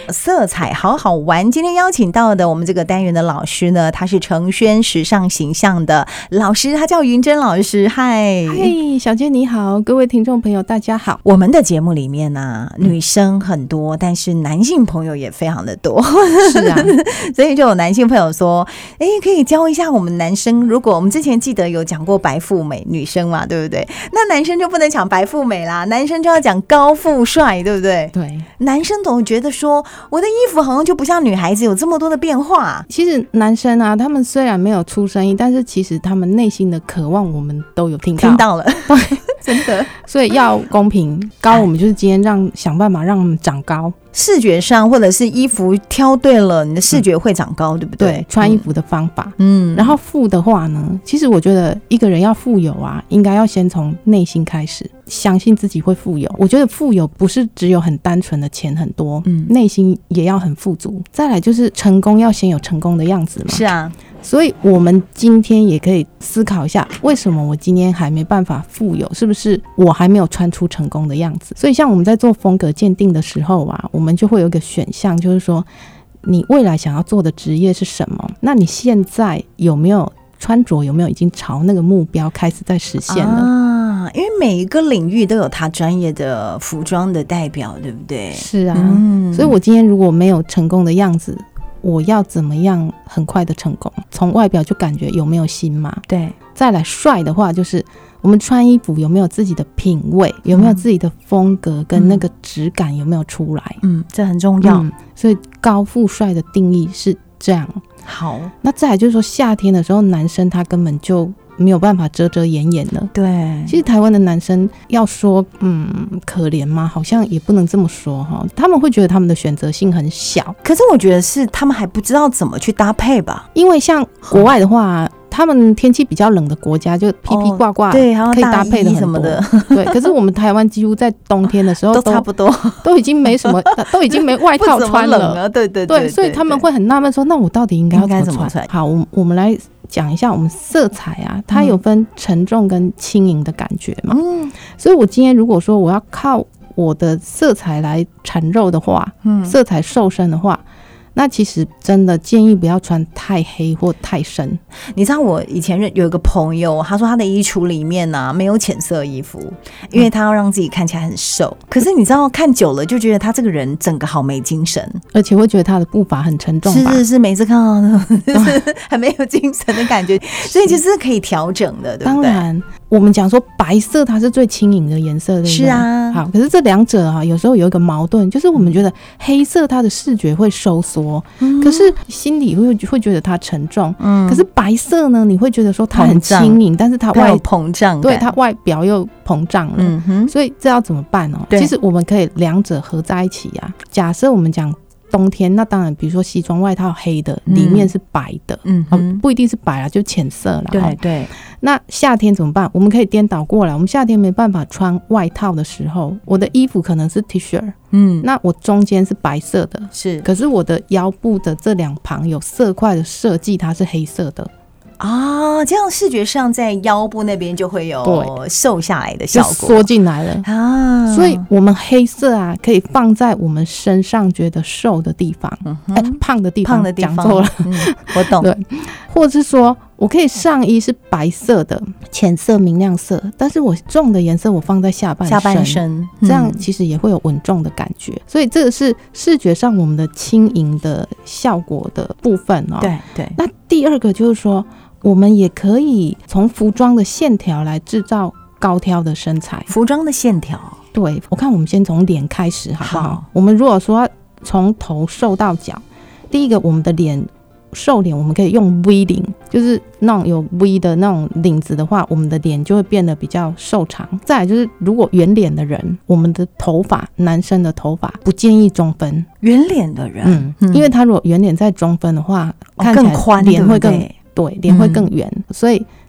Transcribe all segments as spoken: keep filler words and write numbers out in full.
色彩好好玩。今天邀请到的我们这个单元的老师呢，他是橙轩时尚形象的老师，他叫云珍老师。嗨， 嗨，小健你好，各位听众朋友大家好。 我们的节目里面呢、啊，女生很多，但是男性朋友也非常的多。 是啊， 所以就有男性朋友说，哎，可以教一下我们男生。如果我们之前记得有讲过白富美女生嘛，对不对？那男生就不能讲白富美啦，男生就要讲高富帅，对不对？ 对， 男生总觉得说，我的衣服好像就不像女孩子有这么多的变化。 其实男生啊，他们虽然没有出声音，但是其实他们内心的渴望，我们都有听到， 听到了， 对， 真的。 所以要公平，高我们就是今天让想办法让他们长高。 视觉上或者是衣服挑对了，你的视觉会长高，嗯、对不对？ 对，穿衣服的方法。 嗯， 然后富的话呢，其实我觉得一个人要富有啊，应该要先从内心开始，相信自己会富有。我觉得富有不是只有很单纯的钱很多，嗯，内心也要很富足。再来就是成功要先有成功的样子嘛。 是啊。 所以我们今天也可以思考一下，为什么我今天还没办法富有，是不是我还没有穿出成功的样子？所以像我们在做风格鉴定的时候啊，我们就会有一个选项，就是说你未来想要做的职业是什么，那你现在有没有穿着，有没有已经朝那个目标开始在实现了啊？因为每一个领域都有他专业的服装的代表，对不对？ 是啊、嗯、所以我今天如果没有成功的样子，我要怎么样很快的成功？从外表就感觉有没有心嘛？ 对。 再来帅的话，就是我们穿衣服有没有自己的品味，有没有自己的风格跟那个质感有没有出来？ 嗯，这很重要。嗯、 所以高富帅的定义是这样。 好， 那再来就是说夏天的时候，男生他根本就没有办法遮遮掩掩的。 对， 其实台湾的男生要说嗯可怜吗？好像也不能这么说哈。他们会觉得他们的选择性很小， 可是我觉得是他们还不知道怎么去搭配吧。 因为像国外的话，他们天气比较冷的国家，就披披挂挂，对，可以搭配的很多。什么的对，可是我们台湾几乎在冬天的时候 都, 都差不多，都已经没什么，都已经没外套穿了。 冷了对对 对, 对, 对， 所以他们会很纳闷说，那我到底应该要怎么穿？好，我我们来讲一下我们色彩啊，它有分沉重跟轻盈的感觉嘛。嗯，所以我今天如果说我要靠我的色彩来缠肉的话，嗯，色彩瘦身的话，那其实真的建议不要穿太黑或太深。 你知道我以前有一个朋友，他说他的衣橱里面啊没有浅色衣服，因为他要让自己看起来很瘦。可是你知道看久了就觉得他这个人整个好没精神， 而且会觉得他的步伐很沉重吧。 是是是，每次看到就是很没有精神的感觉。所以其实是可以调整的，对不对？ 当然我们讲说白色它是最轻盈的颜色，对不对？ 是啊。 好，可是这两者啊有时候有一个矛盾，就是我们觉得黑色它的视觉会收缩，嗯、可是心里会会觉得它沉重。嗯，可是白色呢，你会觉得说它很轻盈，但是它外膨胀， 对，它外表又膨胀了。嗯哼，所以这要怎么办哦？其实我们可以两者合在一起啊。假设我们讲冬天，那当然比如说西装外套黑的，里面是白的，嗯、呃，不一定是白啦，就浅色啦。 对对。 那夏天怎么办？我们可以颠倒过来，我们夏天没办法穿外套的时候，我的衣服可能是 T 恤，嗯，那我中间是白色的， 是， 可是我的腰部的这两旁有色块的设计，它是黑色的。 啊，这样视觉上在腰部那边就会有瘦下来的效果， 就缩进来了啊。所以我们黑色啊，可以放在我们身上觉得瘦的地方，嗯欸、胖的地方， 胖的地方， 讲错了、 嗯，我懂。 对，或者是说我可以上衣是白色的，浅色、明亮色，但是我重的颜色我放在下半身， 下半身、 嗯、这样其实也会有稳重的感觉。所以这个是视觉上我们的轻盈的效果的部分哦。 对对。 那第二个就是说，我们也可以从服装的线条来制造高挑的身材。 服装的线条， 对，我看我们先从脸开始好不好？好，我们如果说从头瘦到脚，第一个我们的脸瘦脸，我们可以用 V 领，就是那种有 V 的那种领子的话，我们的脸就会变得比较瘦长。再来就是如果圆脸的人，我们的头发，男生的头发不建议中分。 圆脸的人， 嗯，嗯因为他如果圆脸再中分的话，哦、看起来脸会更。对，脸会更圆、嗯，所以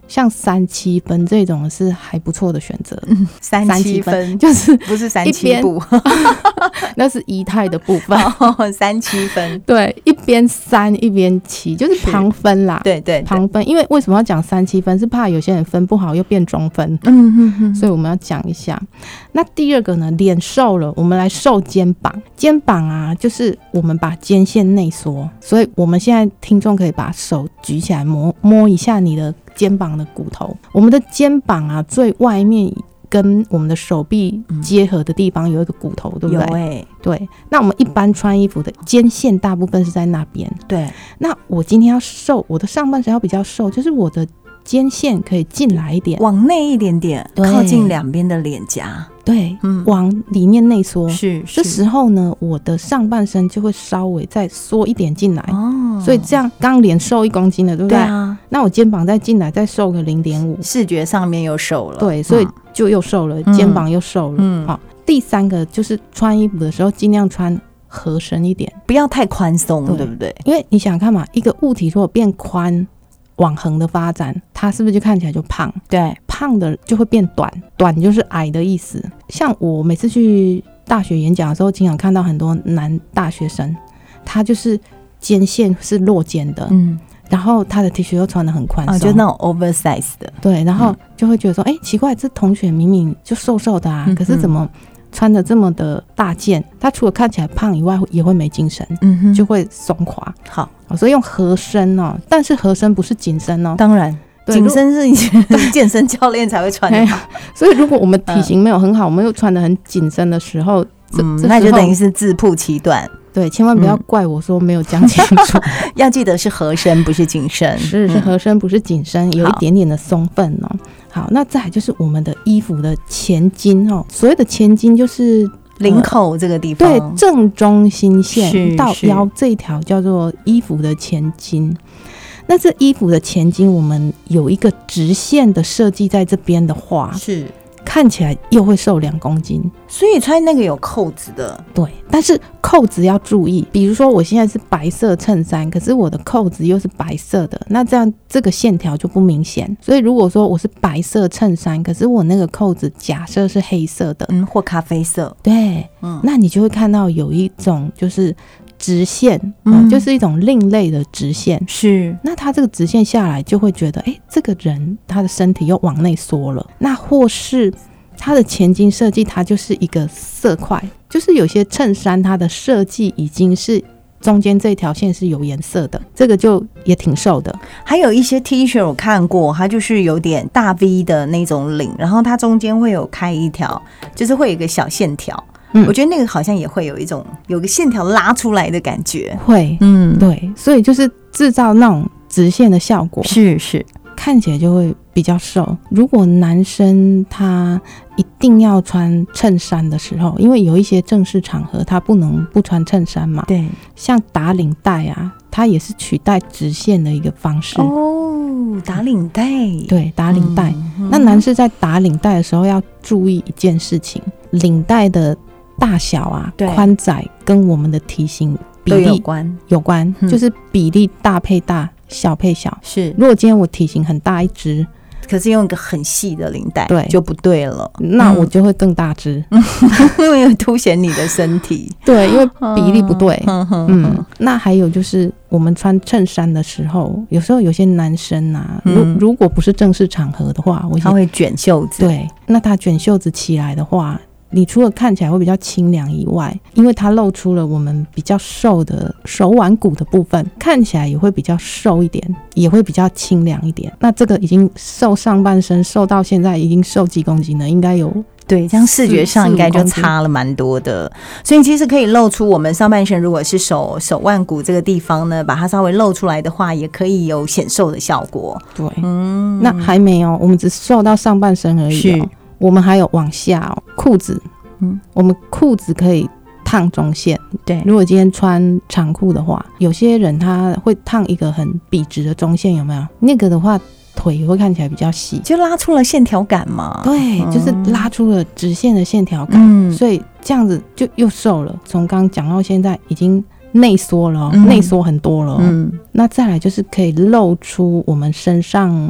像三七分这种是还不错的选择。 嗯，三七分就是不是三七步， 那是仪态的部分。 哦，三七分， 对，一边三一边七，就是旁分啦。 对 对, 对， 旁分，因为为什么要讲三七分？是怕有些人分不好又变中分。 嗯嗯嗯， 所以我们要讲一下。那第二个呢，脸瘦了，我们来瘦肩膀。肩膀啊，就是我们把肩线内缩，所以我们现在听众可以把手举起来摸摸一下你的肩膀的骨头。我们的肩膀啊，最外面跟我们的手臂结合的地方有一个骨头，嗯、对不对？ 有欸。 对。那我们一般穿衣服的肩线大部分是在那边。 对。 那我今天要瘦，我的上半身要比较瘦，就是我的肩线可以进来一点， 往内一点点，靠近两边的脸颊。 对，嗯，往里面内缩。 是， 这时候呢，我的上半身就会稍微再缩一点进来。哦，所以这样刚脸瘦一公斤了，对不对？对啊。那我肩膀再进来，再瘦个零点五， 视觉上面又瘦了。 对，所以就又瘦了，嗯、肩膀又瘦了。嗯，好。第三个就是穿衣服的时候，尽量穿合身一点， 不要太宽松，对不对？ 因为你想看嘛，一个物体如果变宽，往横的发展，它是不是就看起来就胖？ 对， 胖的就会变短，短就是矮的意思。像我每次去大学演讲的时候，经常看到很多男大学生，他就是肩线是落肩的，嗯，然后他的 T 恤又穿得很宽松， 啊，就那种 oversize 的， 对，然后就会觉得说，哎、嗯欸，奇怪，这同学明明就瘦瘦的啊，嗯、可是怎么穿的这么的大件？他除了看起来胖以外，也会没精神，嗯哼，就会松垮。 好， 所以用合身哦，但是合身不是紧身哦， 当然。紧身是以前健身教练才会穿的嘛， 所以如果我们体型没有很好，嗯、我们又穿得很紧身的时候， 嗯，那就等于是自曝其短。 对，千万不要怪我说没有讲清楚，嗯、 要记得是合身不是紧身， 是是合身不是紧身，有一点点的松分哦。好，那再来就是我们的衣服的前襟哦，所谓的前襟就是领口这个地方， 对，正中心线到腰这一条叫做衣服的前襟。那这衣服的前襟，我们有一个直线的设计在这边的话， 是看起来又会瘦两公斤。 所以穿那个有扣子的， 对，但是扣子要注意，比如说我现在是白色衬衫，可是我的扣子又是白色的，那这样这个线条就不明显。所以如果说我是白色衬衫，可是我那个扣子假设是黑色的， 嗯，或咖啡色， 对，嗯，那你就会看到有一种就是直线，嗯呃、就是一种另类的直线。 是， 那他这个直线下来，就会觉得，哎、欸，这个人他的身体又往内缩了。那或是他的前襟设计，它就是一个色块，就是有些衬衫它的设计已经是中间这条线是有颜色的，这个就也挺瘦的。 还有一些 T 恤我看过，它就是有点大 V 的那种领，然后它中间会有开一条，就是会有一个小线条。嗯，我觉得那个好像也会有一种有个线条拉出来的感觉， 会，嗯，对，所以就是制造那种直线的效果， 是是， 看起来就会比较瘦。如果男生他一定要穿衬衫的时候，因为有一些正式场合他不能不穿衬衫嘛， 对， 像打领带啊，它也是取代直线的一个方式。 哦，打领带， 对，打领带。嗯、那男士在打领带的时候要注意一件事情，领带的大小啊，宽窄跟我们的体型比例有关， 有关、嗯，就是比例大配大，小配小。 是， 如果今天我体型很大一只， 可是用一个很细的领带， 对， 就不对了。 那我就会更大只， 嗯、因为凸显你的身体。 对，因为比例不对。嗯嗯。那还有就是我们穿衬衫的时候，有时候有些男生啊，如、嗯、如果不是正式场合的话，我他会卷袖子。 对，那他卷袖子起来的话，你除了看起来会比较清凉以外，因为它露出了我们比较瘦的手腕骨的部分，看起来也会比较瘦一点，也会比较清凉一点。那这个已经瘦上半身，瘦到现在已经瘦几公斤了，应该有， 对，这样视觉上应该就差了蛮多的。所以其实可以露出我们上半身，如果是手手腕骨这个地方呢，把它稍微露出来的话，也可以有显瘦的效果。 对，嗯，那还没有，我们只瘦到上半身而已、哦。是。我们还有往下哦，裤子，嗯，我们裤子可以烫中线。对，如果今天穿长裤的话，有些人他会烫一个很笔直的中线，有没有？那个的话，腿也会看起来比较细， 就拉出了线条感嘛。 对，嗯、就是拉出了直线的线条感、嗯，所以这样子就又瘦了。从刚刚讲到现在，已经内缩了，内、嗯、缩很多了。嗯，那再来就是可以露出我们身上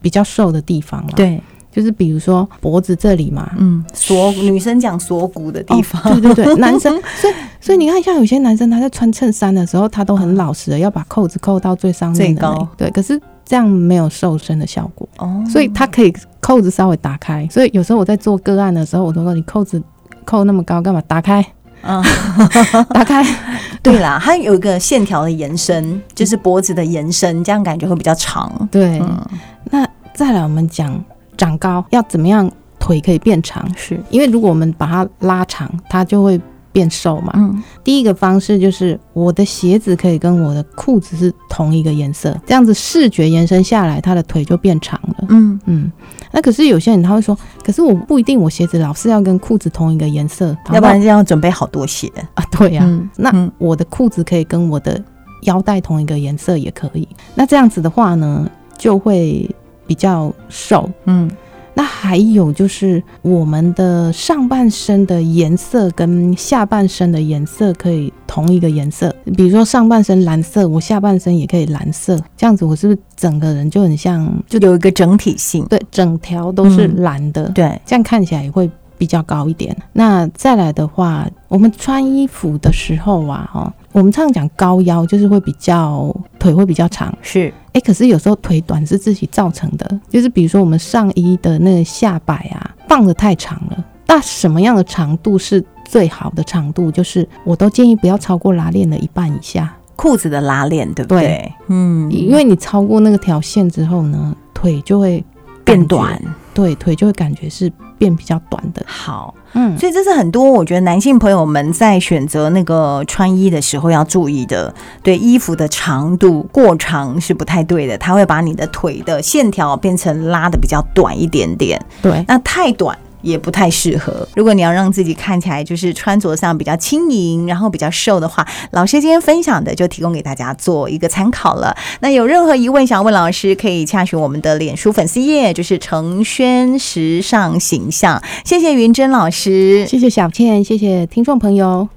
比较瘦的地方啦。 对， 就是比如说脖子这里嘛， 嗯，锁女生讲锁骨的地方， 哦、对对对，男生，所以所以你看，像有些男生他在穿衬衫的时候，他都很老实的要把扣子扣到最上面的最高，对，可是这样没有瘦身的效果，哦，所以他可以扣子稍微打开。所以有时候我在做个案的时候，我都说你扣子扣那么高干嘛？打开。嗯，打开。 对啦，它有一个线条的延伸，就是脖子的延伸，这样感觉会比较长。 对，嗯、那再来我们讲长高要怎么样腿可以变长？ 是因为如果我们把它拉长，它就会变瘦嘛。嗯，第一个方式就是我的鞋子可以跟我的裤子是同一个颜色，这样子视觉延伸下来，他的腿就变长了。嗯嗯，那可是有些人他会说，可是我不一定我鞋子老是要跟裤子同一个颜色， 要不然就要准备好多鞋啊。对呀、啊嗯，那我的裤子可以跟我的腰带同一个颜色也可以。那这样子的话呢，就会比较瘦。嗯。那还有就是我们的上半身的颜色跟下半身的颜色可以同一个颜色，比如说上半身蓝色，我下半身也可以蓝色，这样子我是不是整个人就很像， 就有一个整体性？ 对，整条都是蓝的、嗯、 对， 这样看起来也会比较高一点。那再来的话，我们穿衣服的时候啊，哦，我们常讲高腰就是会比较腿会比较长， 是哎，可是有时候腿短是自己造成的，就是比如说我们上衣的那个下摆啊放得太长了。那什么样的长度是最好的长度？就是我都建议不要超过拉链的一半以下， 裤子的拉链，对不对？对， 嗯，因为你超过那个条线之后呢，腿就会变短， 对，腿就会感觉是变比较短的。 好，嗯，所以这是很多我觉得男性朋友们在选择那个穿衣的时候要注意的。对，衣服的长度过长是不太对的，它会把你的腿的线条变成拉的比较短一点点。 对， 那太短也不太适合。如果你要让自己看起来就是穿着上比较轻盈，然后比较瘦的话，老师今天分享的就提供给大家做一个参考了。那有任何疑问想问老师，可以洽询我们的脸书粉丝页，就是程轩时尚形象。谢谢云珍老师， 谢谢小倩，谢谢听众朋友。